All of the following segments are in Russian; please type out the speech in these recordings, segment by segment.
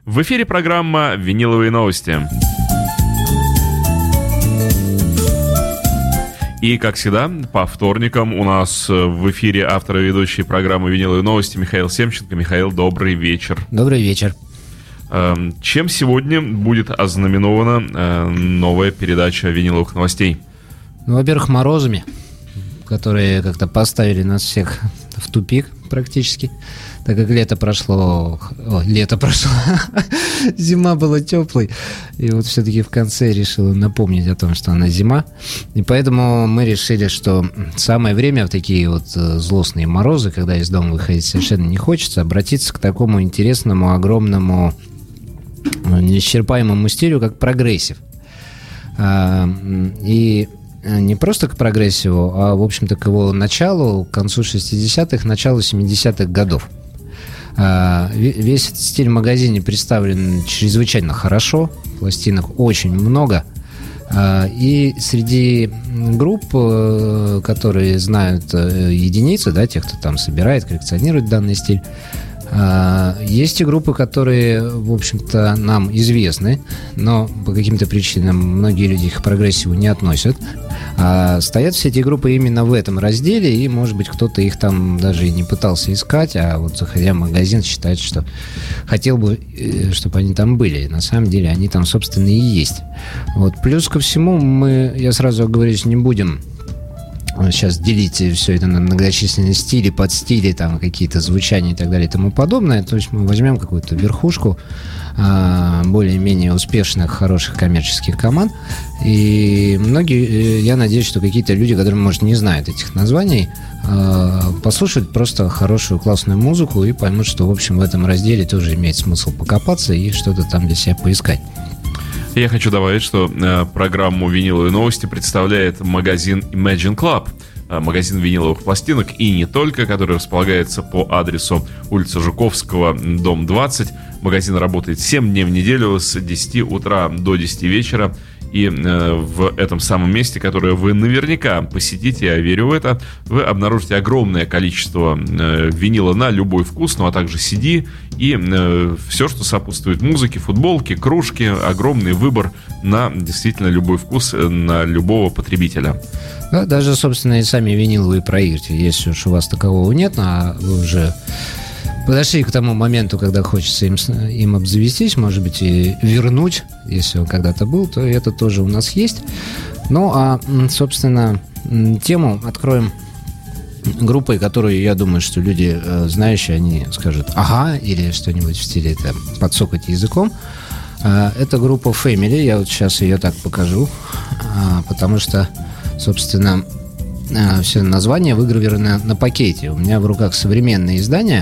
В эфире программа «Виниловые новости». И, как всегда, по вторникам у нас в эфире автор и ведущий программы «Виниловые новости» Михаил Семченко. Михаил, добрый вечер. Добрый вечер. Чем сегодня будет ознаменована новая передача «Виниловых новостей»? Ну, во-первых, морозами, которые как-то поставили нас всех в тупик практически, так как лето прошло, зима была теплой, и вот все-таки в конце решила напомнить о том, что она зима, и поэтому мы решили, что самое время в такие вот злостные морозы, когда из дома выходить совершенно не хочется, обратиться к такому интересному, огромному, неисчерпаемому стилю, как прогрессив. И не просто к прогрессиву, а, в общем-то, к его началу, к концу 60-х, началу 70-х годов. Весь этот стиль в магазине представлен чрезвычайно хорошо, пластинок очень много. И среди групп, которые знают единицы, да, тех, кто там собирает, коллекционирует данный стиль, есть и группы, которые, в общем-то, нам известны, но по каким-то причинам многие люди их к прогрессиву не относят. Стоят все эти группы именно в этом разделе, и, может быть, кто-то их там даже и не пытался искать, а вот, заходя в магазин, считает, что хотел бы, чтобы они там были. И на самом деле они там, собственно, и есть. Вот. Плюс ко всему, я сразу оговорюсь, не будем сейчас делить все это на многочисленные стили, подстили, там какие-то звучания и так далее и тому подобное. То есть мы возьмем какую-то верхушку более-менее успешных, хороших коммерческих команд. И многие, я надеюсь, что какие-то люди, которые, может, не знают этих названий, послушают просто хорошую, классную музыку и поймут, что, в общем, в этом разделе тоже имеет смысл покопаться и что-то там для себя поискать. Я хочу добавить, что программу «Виниловые новости» представляет магазин Imagine Club, магазин виниловых пластинок и не только, который располагается по адресу улица Жуковского, дом 20. Магазин работает 7 дней в неделю с 10 утра до 10 вечера. И в этом самом месте, которое вы наверняка посетите, я верю в это, вы обнаружите огромное количество винила на любой вкус, ну а также CD и все, что сопутствует музыке, футболки, кружки, огромный выбор на действительно любой вкус, на любого потребителя. Да, даже, собственно, и сами виниловые проигрыватели, если уж у вас такового нет, а вы уже подошли к тому моменту, когда хочется им обзавестись, может быть, и вернуть, если он когда-то был, то это тоже у нас есть. Ну, а, собственно, тему откроем группой, которую, я думаю, что люди, знающие, они скажут «ага» или что-нибудь в стиле там, подсокать языком. Это группа Family, я вот сейчас ее так покажу, потому что, собственно, все название выгравировано на пакете. У меня в руках современное издание,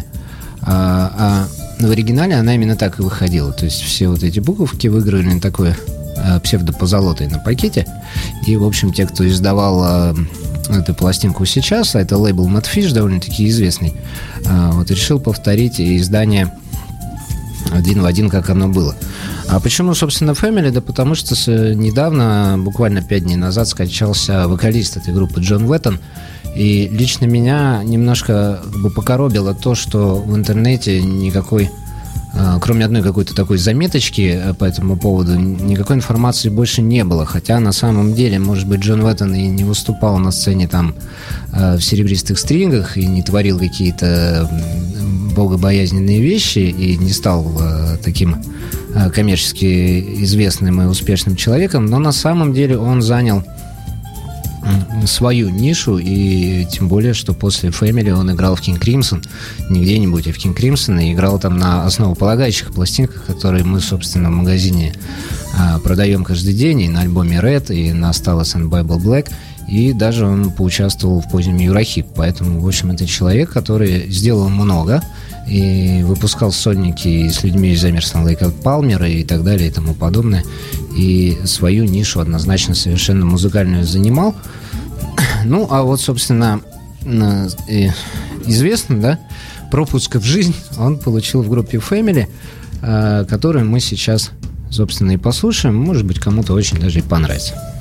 а в оригинале она именно так и выходила. То есть все вот эти буковки выгравированы такой псевдопозолотой на пакете. И, в общем, те, кто издавал эту пластинку сейчас, а это лейбл Madfish, довольно-таки известный, вот решил повторить издание один в один, как оно было. А почему, собственно, Family? Да потому что недавно, буквально 5 дней назад, скончался вокалист этой группы Джон Уэттон. И лично меня немножко покоробило то, что в интернете никакой, кроме одной какой-то такой заметочки по этому поводу, никакой информации больше не было. Хотя на самом деле, может быть, Джон Уэттон и не выступал на сцене там в серебристых стрингах и не творил какие-то богобоязненные вещи и не стал таким коммерчески известным и успешным человеком, но на самом деле он занял свою нишу, и тем более, что после Family он играл в King Crimson, не где-нибудь, а в King Crimson, и играл там на основополагающих пластинках, которые мы, собственно, в магазине продаем каждый день, и на альбоме Red, и на Stylus and Bible Black, и даже он поучаствовал в позднем Юрахип, поэтому, в общем, это человек, который сделал много, и выпускал сольники с людьми из Эмерсона, Лейка Палмера и так далее и тому подобное, и свою нишу однозначно совершенно музыкальную занимал. Ну, а вот, собственно, известно, да, пропуск в жизнь он получил в группе Family, которую мы сейчас, собственно, и послушаем. Может быть, кому-то очень даже и понравится.